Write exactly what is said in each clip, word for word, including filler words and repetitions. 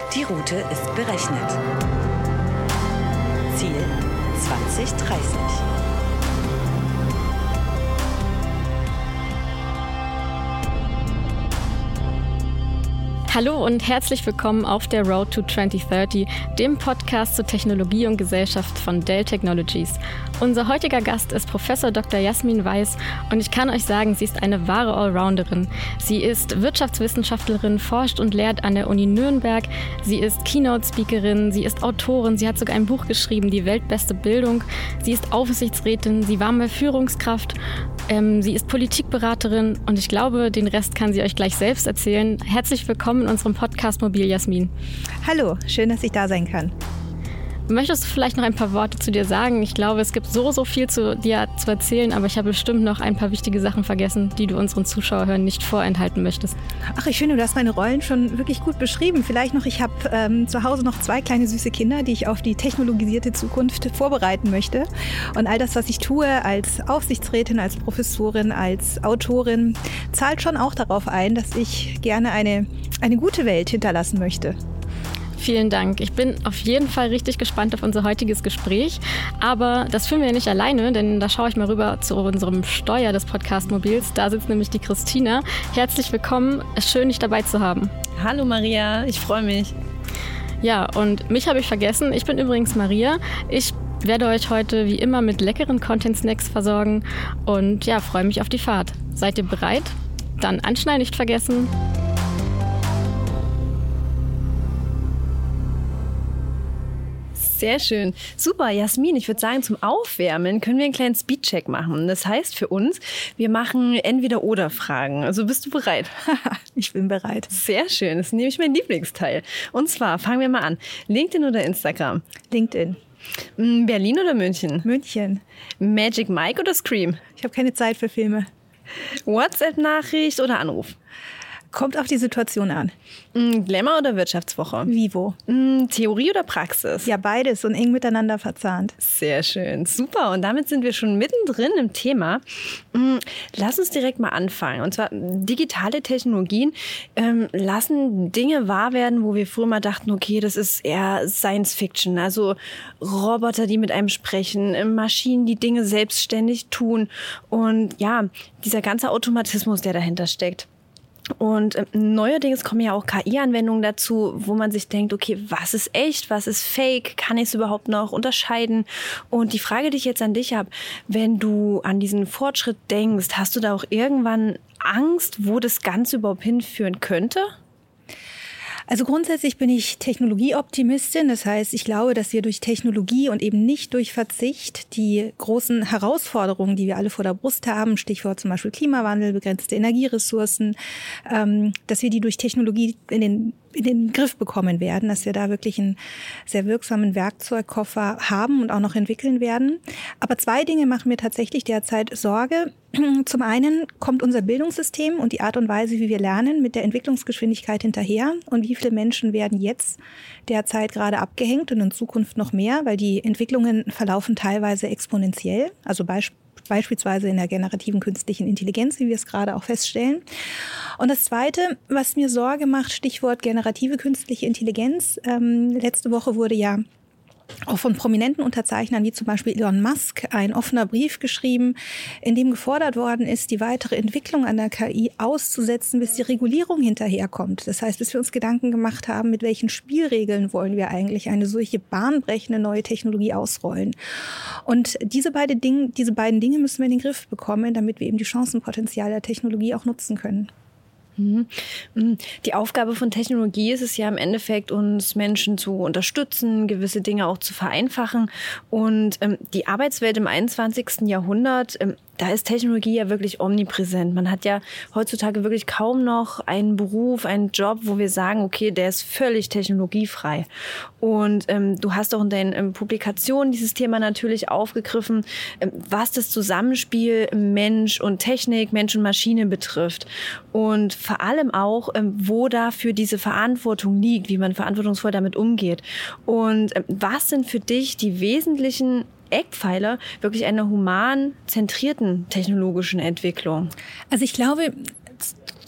Die Route ist berechnet. Ziel zwanzig dreißig. Hallo und herzlich willkommen auf der Road to zwanzig dreißig, dem Podcast zur Technologie und Gesellschaft von Dell Technologies. Unser heutiger Gast ist Professor Doktor Jasmin Weiß und ich kann euch sagen, sie ist eine wahre Allrounderin. Sie ist Wirtschaftswissenschaftlerin, forscht und lehrt an der Uni Nürnberg. Sie ist Keynote-Speakerin, sie ist Autorin, sie hat sogar ein Buch geschrieben, Die weltbeste Bildung. Sie ist Aufsichtsrätin, sie war mal Führungskraft. Ähm, sie ist Politikberaterin und ich glaube, den Rest kann sie euch gleich selbst erzählen. Herzlich willkommen in unserem Podcast Mobil, Jasmin. Hallo, schön, dass ich da sein kann. Möchtest du vielleicht noch ein paar Worte zu dir sagen? Ich glaube, es gibt so, so viel zu dir zu erzählen, aber ich habe bestimmt noch ein paar wichtige Sachen vergessen, die du unseren Zuschauern nicht vorenthalten möchtest. Ach, ich finde, du hast meine Rollen schon wirklich gut beschrieben. Vielleicht noch, ich habe ähm, zu Hause noch zwei kleine süße Kinder, die ich auf die technologisierte Zukunft vorbereiten möchte. Und all das, was ich tue als Aufsichtsrätin, als Professorin, als Autorin, zahlt schon auch darauf ein, dass ich gerne eine, eine gute Welt hinterlassen möchte. Vielen Dank. Ich bin auf jeden Fall richtig gespannt auf unser heutiges Gespräch. Aber das führen wir nicht alleine, denn da schaue ich mal rüber zu unserem Steuer des Podcast-Mobils. Da sitzt nämlich die Christina. Herzlich willkommen. Schön, dich dabei zu haben. Hallo Maria, ich freue mich. Ja, und mich habe ich vergessen. Ich bin übrigens Maria. Ich werde euch heute wie immer mit leckeren Content-Snacks versorgen und ja, freue mich auf die Fahrt. Seid ihr bereit? Dann Anschnallen nicht vergessen. Sehr schön. Super, Jasmin, ich würde sagen, zum Aufwärmen können wir einen kleinen Speedcheck machen. Das heißt für uns, wir machen Entweder-Oder-Fragen. Also bist du bereit? Ich bin bereit. Sehr schön, das ist nämlich mein Lieblingsteil. Und zwar, fangen wir mal an. LinkedIn oder Instagram? LinkedIn. Berlin oder München? München. Magic Mike oder Scream? Ich habe keine Zeit für Filme. WhatsApp-Nachricht oder Anruf? Kommt auf die Situation an. Glamour oder Wirtschaftswoche? Vivo. Theorie oder Praxis? Ja, beides und eng miteinander verzahnt. Sehr schön, super. Und damit sind wir schon mittendrin im Thema. Lass uns direkt mal anfangen. Und zwar digitale Technologien ähm, lassen Dinge wahr werden, wo wir früher mal dachten, okay, das ist eher Science Fiction. Also Roboter, die mit einem sprechen, Maschinen, die Dinge selbstständig tun. Und ja, dieser ganze Automatismus, der dahinter steckt. Und äh, neuerdings kommen ja auch K I-Anwendungen dazu, wo man sich denkt, okay, was ist echt, was ist fake, kann ich es überhaupt noch unterscheiden? Und die Frage, die ich jetzt an dich habe, wenn du an diesen Fortschritt denkst, hast du da auch irgendwann Angst, wo das Ganze überhaupt hinführen könnte? Also grundsätzlich bin ich Technologieoptimistin. Das heißt, ich glaube, dass wir durch Technologie und eben nicht durch Verzicht die großen Herausforderungen, die wir alle vor der Brust haben, Stichwort zum Beispiel Klimawandel, begrenzte Energieressourcen, ähm, dass wir die durch Technologie in den in den Griff bekommen werden, dass wir da wirklich einen sehr wirksamen Werkzeugkoffer haben und auch noch entwickeln werden. Aber zwei Dinge machen mir tatsächlich derzeit Sorge. Zum einen kommt unser Bildungssystem und die Art und Weise, wie wir lernen, mit der Entwicklungsgeschwindigkeit hinterher. Und wie viele Menschen werden jetzt derzeit gerade abgehängt und in Zukunft noch mehr, weil die Entwicklungen verlaufen teilweise exponentiell, also beispielsweise Beispielsweise in der generativen künstlichen Intelligenz, wie wir es gerade auch feststellen. Und das Zweite, was mir Sorge macht, Stichwort generative künstliche Intelligenz. Ähm, letzte Woche wurde ja auch von prominenten Unterzeichnern wie zum Beispiel Elon Musk ein offener Brief geschrieben, in dem gefordert worden ist, die weitere Entwicklung an der K I auszusetzen, bis die Regulierung hinterherkommt. Das heißt, bis wir uns Gedanken gemacht haben, mit welchen Spielregeln wollen wir eigentlich eine solche bahnbrechende neue Technologie ausrollen. Und diese, beide Dinge, diese beiden Dinge müssen wir in den Griff bekommen, damit wir eben die Chancenpotenziale der Technologie auch nutzen können. Die Aufgabe von Technologie ist es ja im Endeffekt, uns Menschen zu unterstützen, gewisse Dinge auch zu vereinfachen. Und ähm, die Arbeitswelt im einundzwanzigsten Jahrhundert, ähm, da ist Technologie ja wirklich omnipräsent. Man hat ja heutzutage wirklich kaum noch einen Beruf, einen Job, wo wir sagen, okay, der ist völlig technologiefrei. Und ähm, du hast auch in deinen ähm, Publikationen dieses Thema natürlich aufgegriffen, ähm, was das Zusammenspiel Mensch und Technik, Mensch und Maschine betrifft. Und vor allem auch, ähm, wo dafür diese Verantwortung liegt, wie man verantwortungsvoll damit umgeht. Und ähm, was sind für dich die wesentlichen Eckpfeiler wirklich einer human zentrierten technologischen Entwicklung? Also ich glaube,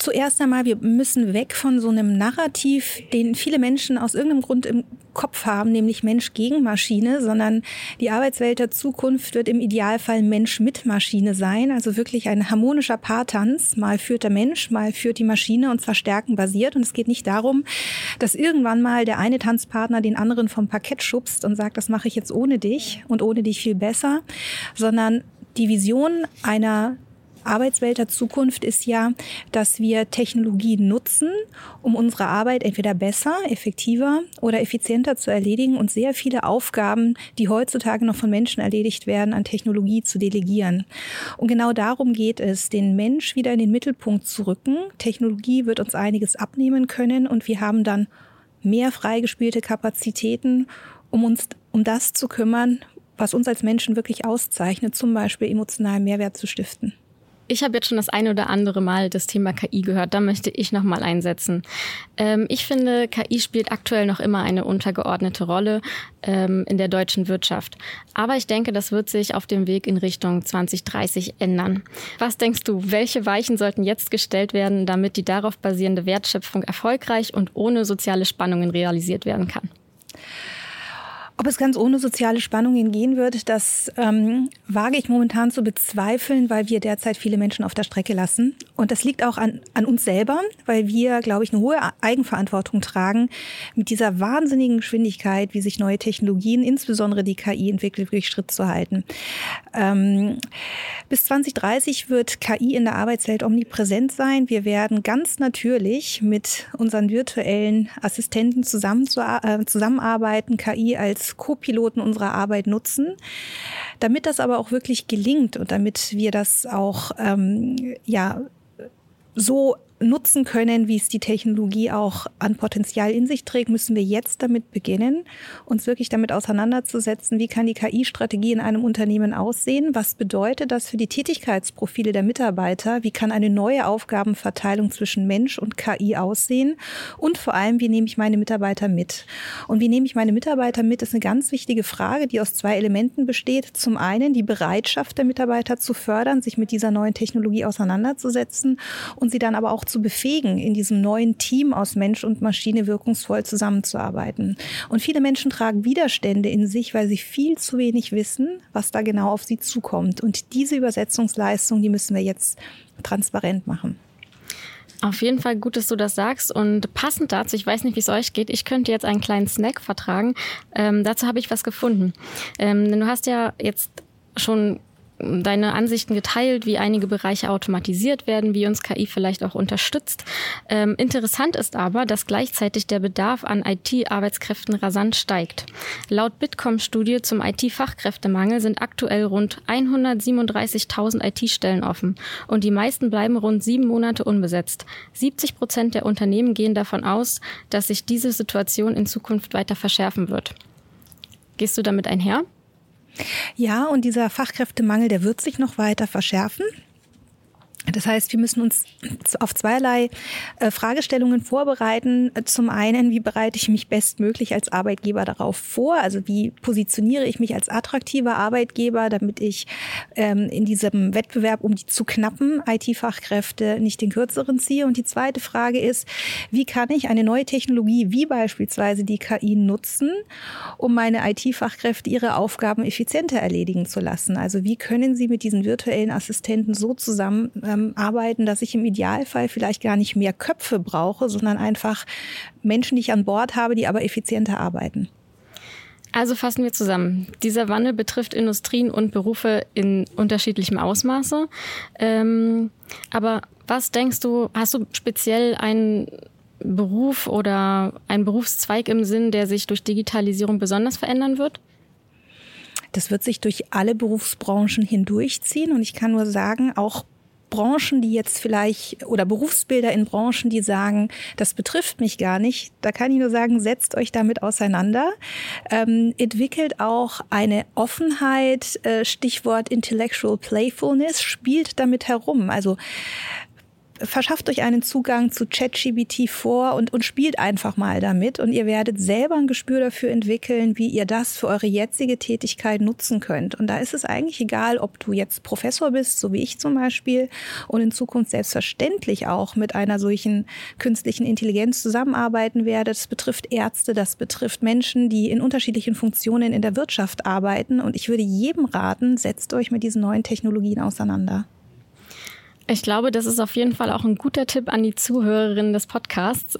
Zuerst einmal, wir müssen weg von so einem Narrativ, den viele Menschen aus irgendeinem Grund im Kopf haben, nämlich Mensch gegen Maschine, sondern die Arbeitswelt der Zukunft wird im Idealfall Mensch mit Maschine sein, also wirklich ein harmonischer Paartanz. Mal führt der Mensch, mal führt die Maschine, und zwar stärkenbasiert. Und es geht nicht darum, dass irgendwann mal der eine Tanzpartner den anderen vom Parkett schubst und sagt, das mache ich jetzt ohne dich und ohne dich viel besser, sondern die Vision einer Arbeitswelt der Zukunft ist ja, dass wir Technologie nutzen, um unsere Arbeit entweder besser, effektiver oder effizienter zu erledigen und sehr viele Aufgaben, die heutzutage noch von Menschen erledigt werden, an Technologie zu delegieren. Und genau darum geht es, den Mensch wieder in den Mittelpunkt zu rücken. Technologie wird uns einiges abnehmen können und wir haben dann mehr freigespielte Kapazitäten, um uns um das zu kümmern, was uns als Menschen wirklich auszeichnet, zum Beispiel emotionalen Mehrwert zu stiften. Ich habe jetzt schon das eine oder andere Mal das Thema K I gehört. Da möchte ich noch mal einsetzen. Ähm, ich finde, K I spielt aktuell noch immer eine untergeordnete Rolle ähm, in der deutschen Wirtschaft. Aber ich denke, das wird sich auf dem Weg in Richtung zwanzig dreißig ändern. Was denkst du, welche Weichen sollten jetzt gestellt werden, damit die darauf basierende Wertschöpfung erfolgreich und ohne soziale Spannungen realisiert werden kann? Ob es ganz ohne soziale Spannungen gehen wird, das ähm, wage ich momentan zu bezweifeln, weil wir derzeit viele Menschen auf der Strecke lassen. Und das liegt auch an, an uns selber, weil wir, glaube ich, eine hohe Eigenverantwortung tragen, mit dieser wahnsinnigen Geschwindigkeit, wie sich neue Technologien, insbesondere die K I, entwickelt, wirklich Schritt zu halten. Ähm, bis zwanzig dreißig wird K I in der Arbeitswelt omnipräsent sein. Wir werden ganz natürlich mit unseren virtuellen Assistenten zusammen zu, äh, zusammenarbeiten, K I als Co-Piloten unserer Arbeit nutzen. Damit das aber auch wirklich gelingt und damit wir das auch ähm, ja so nutzen können, wie es die Technologie auch an Potenzial in sich trägt, müssen wir jetzt damit beginnen, uns wirklich damit auseinanderzusetzen, wie kann die K I-Strategie in einem Unternehmen aussehen, was bedeutet das für die Tätigkeitsprofile der Mitarbeiter, wie kann eine neue Aufgabenverteilung zwischen Mensch und K I aussehen und vor allem, wie nehme ich meine Mitarbeiter mit? Und wie nehme ich meine Mitarbeiter mit, ist eine ganz wichtige Frage, die aus zwei Elementen besteht. Zum einen die Bereitschaft der Mitarbeiter zu fördern, sich mit dieser neuen Technologie auseinanderzusetzen und sie dann aber auch zu befähigen, in diesem neuen Team aus Mensch und Maschine wirkungsvoll zusammenzuarbeiten. Und viele Menschen tragen Widerstände in sich, weil sie viel zu wenig wissen, was da genau auf sie zukommt. Und diese Übersetzungsleistung, die müssen wir jetzt transparent machen. Auf jeden Fall gut, dass du das sagst. Und passend dazu, ich weiß nicht, wie es euch geht, ich könnte jetzt einen kleinen Snack vertragen. Ähm, dazu habe ich was gefunden. Ähm, denn du hast ja jetzt schon deine Ansichten geteilt, wie einige Bereiche automatisiert werden, wie uns K I vielleicht auch unterstützt. Ähm, interessant ist aber, dass gleichzeitig der Bedarf an I T-Arbeitskräften rasant steigt. Laut Bitkom-Studie zum I T-Fachkräftemangel sind aktuell rund hundertsiebenunddreißigtausend I T-Stellen offen und die meisten bleiben rund sieben Monate unbesetzt. siebzig Prozent der Unternehmen gehen davon aus, dass sich diese Situation in Zukunft weiter verschärfen wird. Gehst du damit einher? Ja, und dieser Fachkräftemangel, der wird sich noch weiter verschärfen. Das heißt, wir müssen uns auf zweierlei äh, Fragestellungen vorbereiten. Zum einen, wie bereite ich mich bestmöglich als Arbeitgeber darauf vor? Also wie positioniere ich mich als attraktiver Arbeitgeber, damit ich ähm, in diesem Wettbewerb um die zu knappen I T-Fachkräfte nicht den kürzeren ziehe? Und die zweite Frage ist, wie kann ich eine neue Technologie wie beispielsweise die K I nutzen, um meine I T-Fachkräfte ihre Aufgaben effizienter erledigen zu lassen? Also wie können sie mit diesen virtuellen Assistenten so zusammen arbeiten, dass ich im Idealfall vielleicht gar nicht mehr Köpfe brauche, sondern einfach Menschen, die ich an Bord habe, die aber effizienter arbeiten. Also fassen wir zusammen. Dieser Wandel betrifft Industrien und Berufe in unterschiedlichem Ausmaße. Ähm, aber was denkst du, hast du speziell einen Beruf oder einen Berufszweig im Sinn, der sich durch Digitalisierung besonders verändern wird? Das wird sich durch alle Berufsbranchen hindurchziehen und ich kann nur sagen, auch Branchen, die jetzt vielleicht, oder Berufsbilder in Branchen, die sagen, das betrifft mich gar nicht, da kann ich nur sagen, setzt euch damit auseinander, ähm, entwickelt auch eine Offenheit, äh, Stichwort Intellectual Playfulness, spielt damit herum. Also verschafft euch einen Zugang zu ChatGPT vor und, und spielt einfach mal damit. Und ihr werdet selber ein Gespür dafür entwickeln, wie ihr das für eure jetzige Tätigkeit nutzen könnt. Und da ist es eigentlich egal, ob du jetzt Professor bist, so wie ich zum Beispiel, und in Zukunft selbstverständlich auch mit einer solchen künstlichen Intelligenz zusammenarbeiten werdet. Das betrifft Ärzte, das betrifft Menschen, die in unterschiedlichen Funktionen in der Wirtschaft arbeiten. Und ich würde jedem raten, setzt euch mit diesen neuen Technologien auseinander. Ich glaube, das ist auf jeden Fall auch ein guter Tipp an die Zuhörerinnen des Podcasts.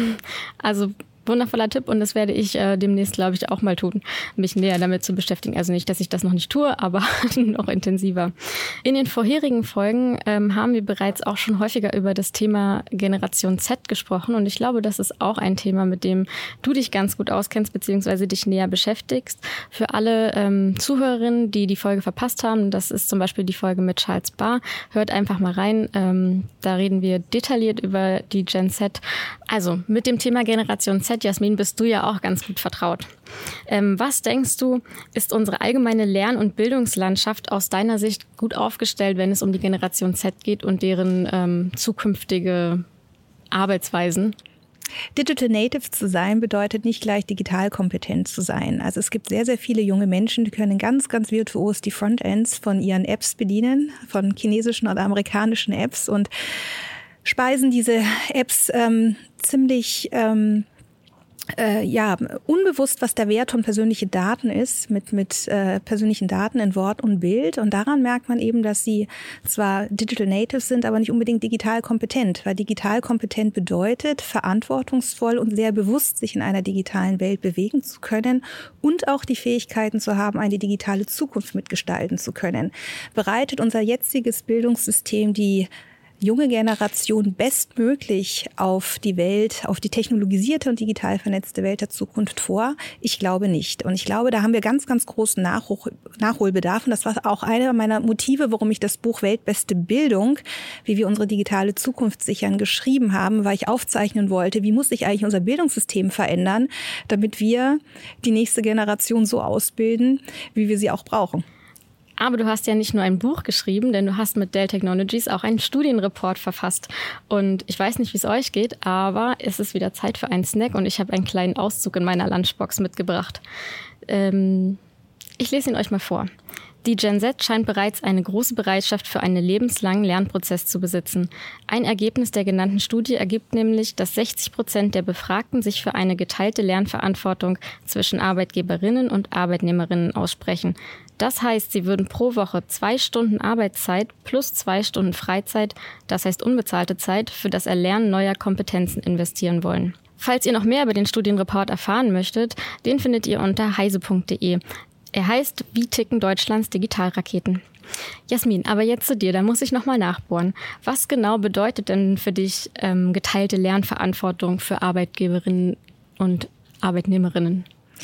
Also wundervoller Tipp und das werde ich äh, demnächst, glaube ich, auch mal tun, mich näher damit zu beschäftigen. Also nicht, dass ich das noch nicht tue, aber noch intensiver. In den vorherigen Folgen ähm, haben wir bereits auch schon häufiger über das Thema Generation Z gesprochen und ich glaube, das ist auch ein Thema, mit dem du dich ganz gut auskennst bzw. dich näher beschäftigst. Für alle ähm, Zuhörerinnen, die die Folge verpasst haben, das ist zum Beispiel die Folge mit Charles Barr, hört einfach mal rein. Ähm, da reden wir detailliert über die Gen Z. Also mit dem Thema Generation Z, Jasmin, bist du ja auch ganz gut vertraut. Ähm, was denkst du, ist unsere allgemeine Lern- und Bildungslandschaft aus deiner Sicht gut aufgestellt, wenn es um die Generation Z geht und deren ähm, zukünftige Arbeitsweisen? Digital Native zu sein bedeutet nicht gleich digital kompetent zu sein. Also es gibt sehr, sehr viele junge Menschen, die können ganz, ganz virtuos die Frontends von ihren Apps bedienen, von chinesischen oder amerikanischen Apps und speisen diese Apps ähm, ziemlich ähm, Äh, ja, unbewusst, was der Wert von persönlichen Daten ist, mit, mit äh, persönlichen Daten in Wort und Bild. Und daran merkt man eben, dass sie zwar Digital Natives sind, aber nicht unbedingt digital kompetent. Weil digital kompetent bedeutet, verantwortungsvoll und sehr bewusst sich in einer digitalen Welt bewegen zu können und auch die Fähigkeiten zu haben, eine digitale Zukunft mitgestalten zu können. Bereitet unser jetziges Bildungssystem die junge Generation bestmöglich auf die Welt, auf die technologisierte und digital vernetzte Welt der Zukunft vor? Ich glaube nicht. Und ich glaube, da haben wir ganz, ganz großen Nachhol- Nachholbedarf. Und das war auch einer meiner Motive, warum ich das Buch Weltbeste Bildung, wie wir unsere digitale Zukunft sichern, geschrieben haben, weil ich aufzeichnen wollte, wie muss sich eigentlich unser Bildungssystem verändern, damit wir die nächste Generation so ausbilden, wie wir sie auch brauchen. Aber du hast ja nicht nur ein Buch geschrieben, denn du hast mit Dell Technologies auch einen Studienreport verfasst. Und ich weiß nicht, wie es euch geht, aber es ist wieder Zeit für einen Snack und ich habe einen kleinen Auszug in meiner Lunchbox mitgebracht. Ähm, ich lese ihn euch mal vor. Die Gen Z scheint bereits eine große Bereitschaft für einen lebenslangen Lernprozess zu besitzen. Ein Ergebnis der genannten Studie ergibt nämlich, dass sechzig Prozent der Befragten sich für eine geteilte Lernverantwortung zwischen Arbeitgeberinnen und Arbeitnehmerinnen aussprechen. Das heißt, sie würden pro Woche zwei Stunden Arbeitszeit plus zwei Stunden Freizeit, das heißt unbezahlte Zeit, für das Erlernen neuer Kompetenzen investieren wollen. Falls ihr noch mehr über den Studienreport erfahren möchtet, den findet ihr unter heise punkt de. Er heißt Wie ticken Deutschlands Digitalraketen? Jasmin, aber jetzt zu dir, da muss ich nochmal nachbohren. Was genau bedeutet denn für dich ähm, geteilte Lernverantwortung für Arbeitgeberinnen und Arbeitnehmerinnen?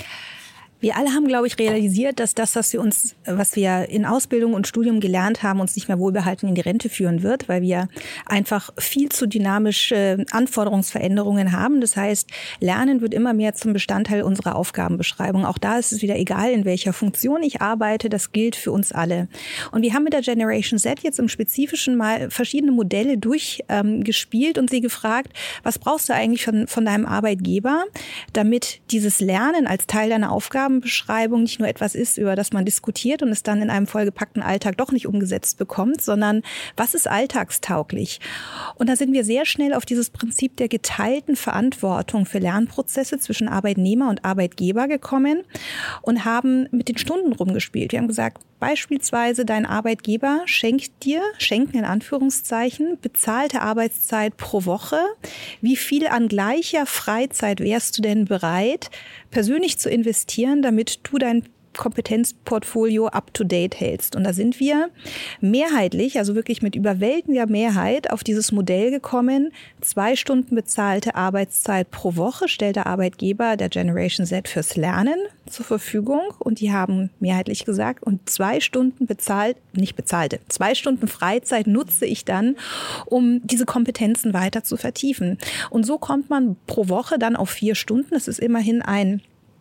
Wir alle haben, glaube ich, realisiert, dass das, was wir uns, was wir in Ausbildung und Studium gelernt haben, uns nicht mehr wohlbehalten in die Rente führen wird, weil wir einfach viel zu dynamische Anforderungsveränderungen haben. Das heißt, Lernen wird immer mehr zum Bestandteil unserer Aufgabenbeschreibung. Auch da ist es wieder egal, in welcher Funktion ich arbeite. Das gilt für uns alle. Und wir haben mit der Generation Z jetzt im Spezifischen mal verschiedene Modelle durchgespielt ähm, und sie gefragt, was brauchst du eigentlich von, von deinem Arbeitgeber, damit dieses Lernen als Teil deiner Aufgaben Beschreibung nicht nur etwas ist, über das man diskutiert und es dann in einem vollgepackten Alltag doch nicht umgesetzt bekommt, sondern was ist alltagstauglich? Und da sind wir sehr schnell auf dieses Prinzip der geteilten Verantwortung für Lernprozesse zwischen Arbeitnehmer und Arbeitgeber gekommen und haben mit den Stunden rumgespielt. Wir haben gesagt, beispielsweise dein Arbeitgeber schenkt dir, schenken in Anführungszeichen, bezahlte Arbeitszeit pro Woche. Wie viel an gleicher Freizeit wärst du denn bereit, persönlich zu investieren, damit du dein Kompetenzportfolio up-to-date hältst? Und da sind wir mehrheitlich, also wirklich mit überwältigender Mehrheit auf dieses Modell gekommen. Zwei Stunden bezahlte Arbeitszeit pro Woche stellt der Arbeitgeber der Generation Z fürs Lernen zur Verfügung. Und die haben mehrheitlich gesagt, und zwei Stunden bezahlt, nicht bezahlte, zwei Stunden Freizeit nutze ich dann, um diese Kompetenzen weiter zu vertiefen. Und so kommt man pro Woche dann auf vier Stunden. Das ist immerhin ein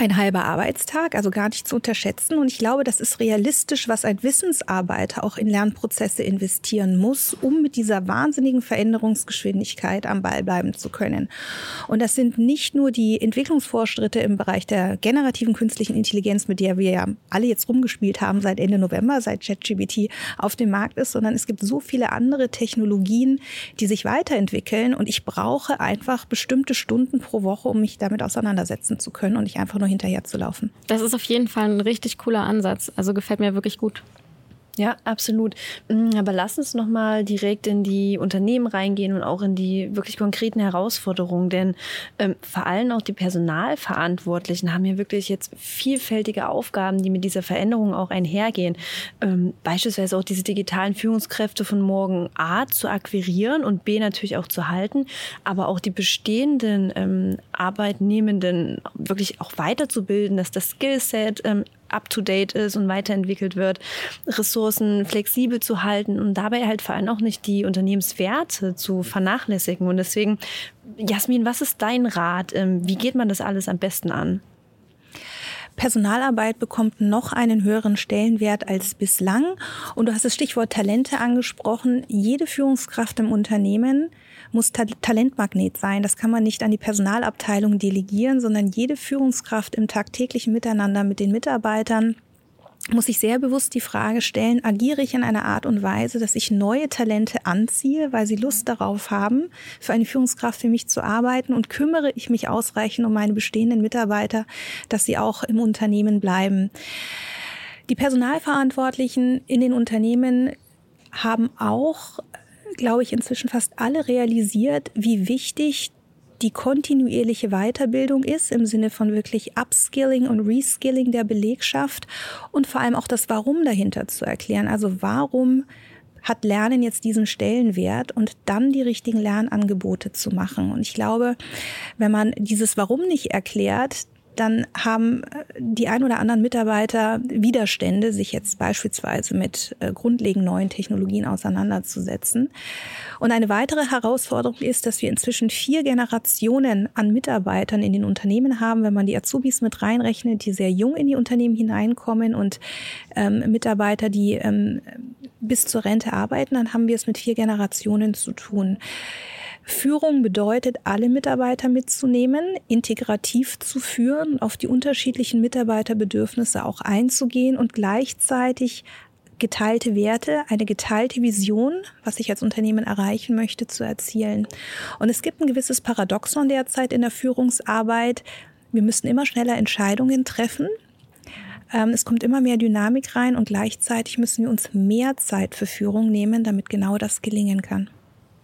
ein halber Arbeitstag, also gar nicht zu unterschätzen. Und ich glaube, das ist realistisch, was ein Wissensarbeiter auch in Lernprozesse investieren muss, um mit dieser wahnsinnigen Veränderungsgeschwindigkeit am Ball bleiben zu können. Und das sind nicht nur die Entwicklungsfortschritte im Bereich der generativen künstlichen Intelligenz, mit der wir ja alle jetzt rumgespielt haben seit Ende November, seit ChatGPT auf dem Markt ist, sondern es gibt so viele andere Technologien, die sich weiterentwickeln. Und ich brauche einfach bestimmte Stunden pro Woche, um mich damit auseinandersetzen zu können und nicht einfach nur hinterher zu laufen. Das ist auf jeden Fall ein richtig cooler Ansatz. Also gefällt mir wirklich gut. Ja, absolut. Aber lass uns noch mal direkt in die Unternehmen reingehen und auch in die wirklich konkreten Herausforderungen. Denn ähm, vor allem auch die Personalverantwortlichen haben ja wirklich jetzt vielfältige Aufgaben, die mit dieser Veränderung auch einhergehen. Ähm, beispielsweise auch diese digitalen Führungskräfte von morgen A zu akquirieren und B natürlich auch zu halten, aber auch die bestehenden ähm, Arbeitnehmenden wirklich auch weiterzubilden, dass das Skillset ähm, up-to-date ist und weiterentwickelt wird, Ressourcen flexibel zu halten und dabei halt vor allem auch nicht die Unternehmenswerte zu vernachlässigen. Und deswegen, Jasmin, was ist dein Rat? Wie geht man das alles am besten an? Personalarbeit bekommt noch einen höheren Stellenwert als bislang. Und du hast das Stichwort Talente angesprochen. Jede Führungskraft im Unternehmen muss Ta- Talentmagnet sein. Das kann man nicht an die Personalabteilung delegieren, sondern jede Führungskraft im tagtäglichen Miteinander mit den Mitarbeitern muss sich sehr bewusst die Frage stellen, agiere ich in einer Art und Weise, dass ich neue Talente anziehe, weil sie Lust darauf haben, für eine Führungskraft für mich zu arbeiten, und kümmere ich mich ausreichend um meine bestehenden Mitarbeiter, dass sie auch im Unternehmen bleiben. Die Personalverantwortlichen in den Unternehmen haben auch, glaube ich, inzwischen fast alle realisiert, wie wichtig die kontinuierliche Weiterbildung ist, im Sinne von wirklich Upskilling und Reskilling der Belegschaft und vor allem auch das Warum dahinter zu erklären. Also warum hat Lernen jetzt diesen Stellenwert und dann die richtigen Lernangebote zu machen. Und ich glaube, wenn man dieses Warum nicht erklärt, dann haben die ein oder anderen Mitarbeiter Widerstände, sich jetzt beispielsweise mit grundlegend neuen Technologien auseinanderzusetzen. Und eine weitere Herausforderung ist, dass wir inzwischen vier Generationen an Mitarbeitern in den Unternehmen haben, wenn man die Azubis mit reinrechnet, die sehr jung in die Unternehmen hineinkommen, und ähm, Mitarbeiter, die ähm, bis zur Rente arbeiten, dann haben wir es mit vier Generationen zu tun. Führung bedeutet, alle Mitarbeiter mitzunehmen, integrativ zu führen, auf die unterschiedlichen Mitarbeiterbedürfnisse auch einzugehen und gleichzeitig geteilte Werte, eine geteilte Vision, was ich als Unternehmen erreichen möchte, zu erzielen. Und es gibt ein gewisses Paradoxon derzeit in der Führungsarbeit. Wir müssen immer schneller Entscheidungen treffen. Es kommt immer mehr Dynamik rein und gleichzeitig müssen wir uns mehr Zeit für Führung nehmen, damit genau das gelingen kann.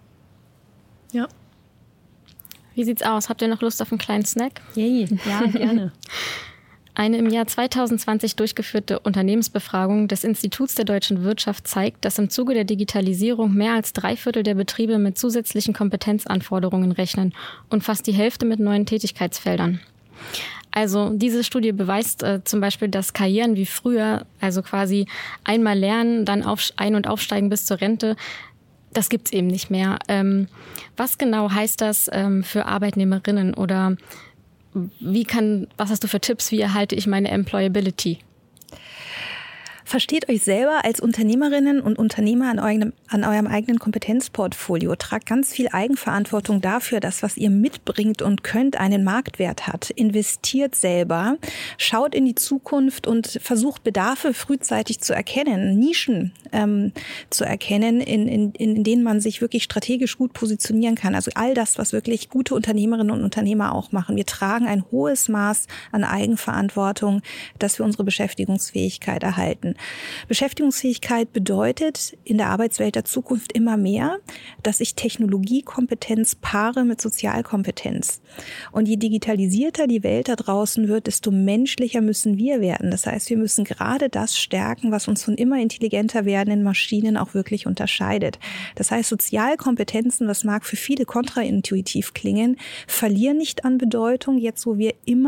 Ja. Wie sieht's aus? Habt ihr noch Lust auf einen kleinen Snack? Yay, ja, gerne. Eine im Jahr zwanzig zwanzig durchgeführte Unternehmensbefragung des Instituts der deutschen Wirtschaft zeigt, dass im Zuge der Digitalisierung mehr als drei Viertel der Betriebe mit zusätzlichen Kompetenzanforderungen rechnen und fast die Hälfte mit neuen Tätigkeitsfeldern. Also diese Studie beweist äh, zum Beispiel, dass Karrieren wie früher, also quasi einmal lernen, dann auf, ein- und aufsteigen bis zur Rente, das gibt's eben nicht mehr. Ähm, was genau heißt das ähm, für Arbeitnehmerinnen, oder wie kann, was hast du für Tipps, wie erhalte ich meine Employability? Versteht euch selber als Unternehmerinnen und Unternehmer an eurem, an eurem eigenen Kompetenzportfolio. Tragt ganz viel Eigenverantwortung dafür, dass was ihr mitbringt und könnt, einen Marktwert hat. Investiert selber, schaut in die Zukunft und versucht Bedarfe frühzeitig zu erkennen, Nischen ähm, zu erkennen, in, in, in denen man sich wirklich strategisch gut positionieren kann. Also all das, was wirklich gute Unternehmerinnen und Unternehmer auch machen. Wir tragen ein hohes Maß an Eigenverantwortung, dass wir unsere Beschäftigungsfähigkeit erhalten. Beschäftigungsfähigkeit bedeutet in der Arbeitswelt der Zukunft immer mehr, dass ich Technologiekompetenz paare mit Sozialkompetenz. Und je digitalisierter die Welt da draußen wird, desto menschlicher müssen wir werden. Das heißt, wir müssen gerade das stärken, was uns von immer intelligenter werdenden Maschinen auch wirklich unterscheidet. Das heißt, Sozialkompetenzen, das mag für viele kontraintuitiv klingen, verlieren nicht an Bedeutung, jetzt wo wir immer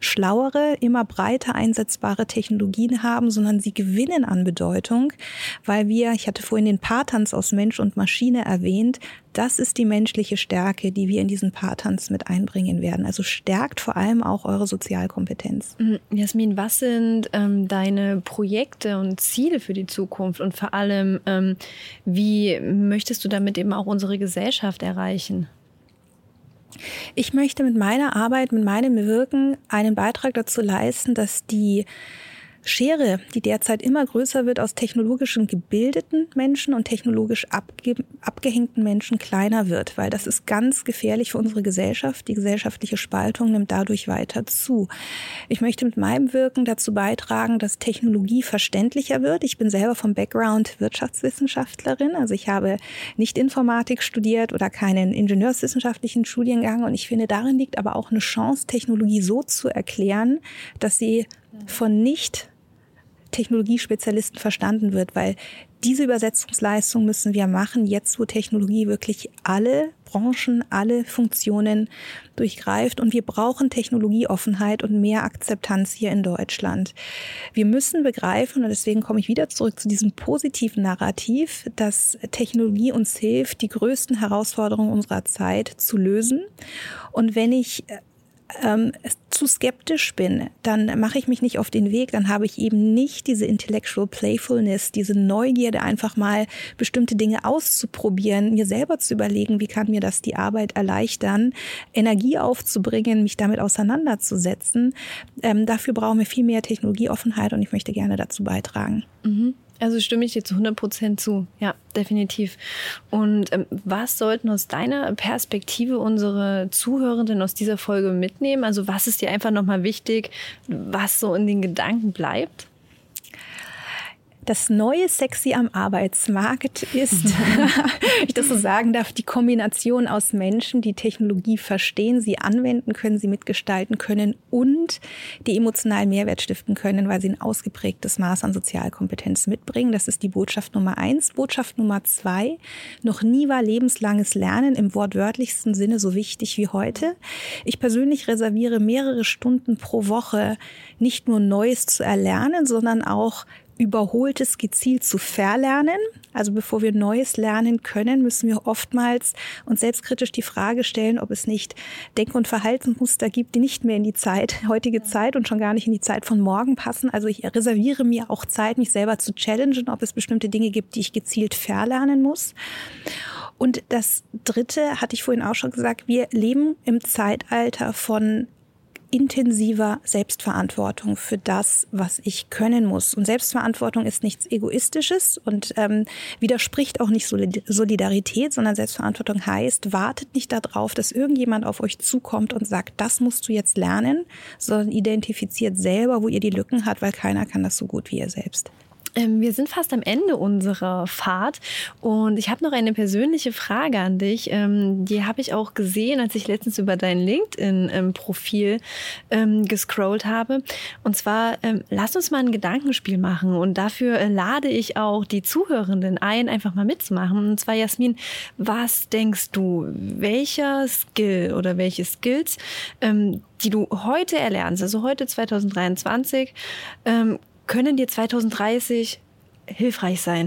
schlauere, immer breiter einsetzbare Technologien haben, sondern sie gewinnen an Bedeutung, weil wir, ich hatte vorhin den Paartanz aus Mensch und Maschine erwähnt, das ist die menschliche Stärke, die wir in diesen Paartanz mit einbringen werden. Also stärkt vor allem auch eure Sozialkompetenz. Jasmin, was sind ähm, deine Projekte und Ziele für die Zukunft? Und vor allem, ähm, wie möchtest du damit eben auch unsere Gesellschaft erreichen? Ich möchte mit meiner Arbeit, mit meinem Wirken einen Beitrag dazu leisten, dass die Schere, die derzeit immer größer wird, aus technologisch gebildeten Menschen und technologisch abge- abgehängten Menschen kleiner wird, weil das ist ganz gefährlich für unsere Gesellschaft. Die gesellschaftliche Spaltung nimmt dadurch weiter zu. Ich möchte mit meinem Wirken dazu beitragen, dass Technologie verständlicher wird. Ich bin selber vom Background Wirtschaftswissenschaftlerin, also ich habe nicht Informatik studiert oder keinen ingenieurswissenschaftlichen Studiengang und ich finde, darin liegt aber auch eine Chance, Technologie so zu erklären, dass sie von nicht Technologiespezialisten verstanden wird, weil diese Übersetzungsleistung müssen wir machen, jetzt wo Technologie wirklich alle Branchen, alle Funktionen durchgreift und wir brauchen Technologieoffenheit und mehr Akzeptanz hier in Deutschland. Wir müssen begreifen, und deswegen komme ich wieder zurück zu diesem positiven Narrativ, dass Technologie uns hilft, die größten Herausforderungen unserer Zeit zu lösen. Und wenn ich Ähm, zu skeptisch bin, dann mache ich mich nicht auf den Weg, dann habe ich eben nicht diese Intellectual Playfulness, diese Neugierde, einfach mal bestimmte Dinge auszuprobieren, mir selber zu überlegen, wie kann mir das die Arbeit erleichtern, Energie aufzubringen, mich damit auseinanderzusetzen. Ähm, dafür brauchen wir viel mehr Technologieoffenheit und ich möchte gerne dazu beitragen. Mhm. Also stimme ich dir zu hundert Prozent zu. Ja, definitiv. Und ähm, was sollten aus deiner Perspektive unsere Zuhörenden aus dieser Folge mitnehmen? Also was ist dir einfach nochmal wichtig, was so in den Gedanken bleibt? Das neue Sexy am Arbeitsmarkt ist, wenn ich das so sagen darf, die Kombination aus Menschen, die Technologie verstehen, sie anwenden können, sie mitgestalten können und die emotionalen Mehrwert stiften können, weil sie ein ausgeprägtes Maß an Sozialkompetenz mitbringen. Das ist die Botschaft Nummer eins. Botschaft Nummer zwei. Noch nie war lebenslanges Lernen im wortwörtlichsten Sinne so wichtig wie heute. Ich persönlich reserviere mehrere Stunden pro Woche, nicht nur Neues zu erlernen, sondern auch Überholtes gezielt zu verlernen. Also bevor wir Neues lernen können, müssen wir oftmals uns selbstkritisch die Frage stellen, ob es nicht Denk- und Verhaltensmuster gibt, die nicht mehr in die Zeit, heutige Zeit und schon gar nicht in die Zeit von morgen passen. Also ich reserviere mir auch Zeit, mich selber zu challengen, ob es bestimmte Dinge gibt, die ich gezielt verlernen muss. Und das Dritte hatte ich vorhin auch schon gesagt, wir leben im Zeitalter von intensiver Selbstverantwortung für das, was ich können muss. Und Selbstverantwortung ist nichts Egoistisches und ähm, widerspricht auch nicht Solidarität, sondern Selbstverantwortung heißt, wartet nicht darauf, dass irgendjemand auf euch zukommt und sagt, das musst du jetzt lernen, sondern identifiziert selber, wo ihr die Lücken habt, weil keiner kann das so gut wie ihr selbst. Wir sind fast am Ende unserer Fahrt und ich habe noch eine persönliche Frage an dich. Die habe ich auch gesehen, als ich letztens über dein LinkedIn-Profil gescrollt habe. Und zwar, lass uns mal ein Gedankenspiel machen und dafür lade ich auch die Zuhörenden ein, einfach mal mitzumachen. Und zwar, Jasmin, was denkst du, welcher Skill oder welche Skills, die du heute erlernst, also heute zwanzig dreiundzwanzig, können dir zwanzig dreißig hilfreich sein?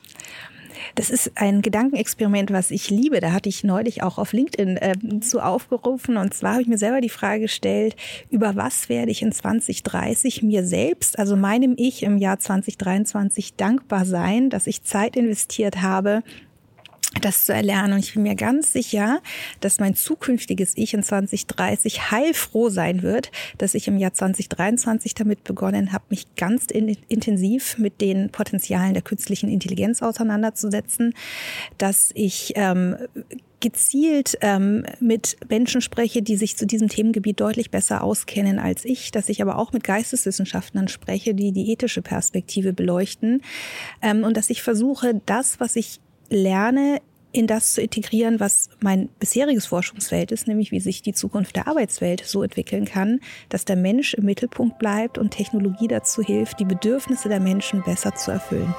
Das ist ein Gedankenexperiment, was ich liebe. Da hatte ich neulich auch auf LinkedIn äh, zu aufgerufen. Und zwar habe ich mir selber die Frage gestellt, über was werde ich in zwanzig dreißig mir selbst, also meinem Ich im Jahr zwanzig dreiundzwanzig dankbar sein, dass ich Zeit investiert habe, das zu erlernen. Und ich bin mir ganz sicher, dass mein zukünftiges Ich in zwanzig dreißig heilfroh sein wird, dass ich im Jahr zwanzig dreiundzwanzig damit begonnen habe, mich ganz in, intensiv mit den Potenzialen der künstlichen Intelligenz auseinanderzusetzen, dass ich ähm, gezielt ähm, mit Menschen spreche, die sich zu diesem Themengebiet deutlich besser auskennen als ich, dass ich aber auch mit Geisteswissenschaftlern spreche, die die ethische Perspektive beleuchten ähm, und dass ich versuche, das, was ich lerne, in das zu integrieren, was mein bisheriges Forschungsfeld ist, nämlich wie sich die Zukunft der Arbeitswelt so entwickeln kann, dass der Mensch im Mittelpunkt bleibt und Technologie dazu hilft, die Bedürfnisse der Menschen besser zu erfüllen.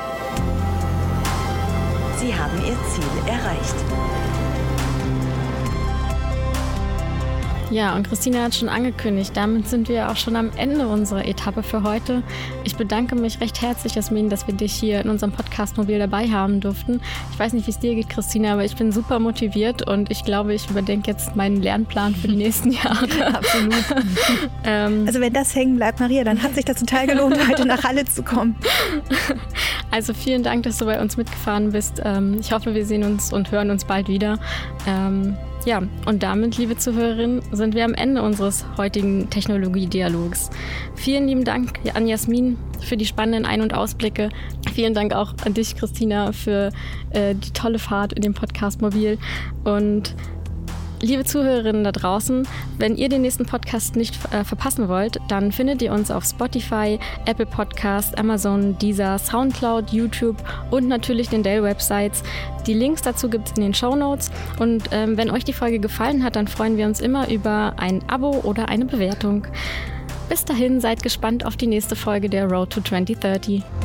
Sie haben Ihr Ziel erreicht. Ja, und Christina hat schon angekündigt, damit sind wir auch schon am Ende unserer Etappe für heute. Ich bedanke mich recht herzlich, Jasmin, dass wir dich hier in unserem Podcast Mobil dabei haben durften. Ich weiß nicht, wie es dir geht, Christina, aber ich bin super motiviert und ich glaube, ich überdenke jetzt meinen Lernplan für die nächsten Jahre. Absolut. ähm, also wenn das hängen bleibt, Maria, dann hat sich das total gelohnt, heute nach Halle zu kommen. Also vielen Dank, dass du bei uns mitgefahren bist. Ich hoffe, wir sehen uns und hören uns bald wieder. Ja, und damit, liebe Zuhörerinnen, sind wir am Ende unseres heutigen Technologie-Dialogs. Vielen lieben Dank an Jasmin für die spannenden Ein- und Ausblicke. Vielen Dank auch an dich, Christina, für äh, die tolle Fahrt in dem Podcast Mobil. Und liebe Zuhörerinnen da draußen, wenn ihr den nächsten Podcast nicht äh, verpassen wollt, dann findet ihr uns auf Spotify, Apple Podcasts, Amazon, Deezer, Soundcloud, YouTube und natürlich den Dell-Websites. Die Links dazu gibt es in den Shownotes. Und ähm, wenn euch die Folge gefallen hat, dann freuen wir uns immer über ein Abo oder eine Bewertung. Bis dahin, seid gespannt auf die nächste Folge der Road to zwanzig dreißig.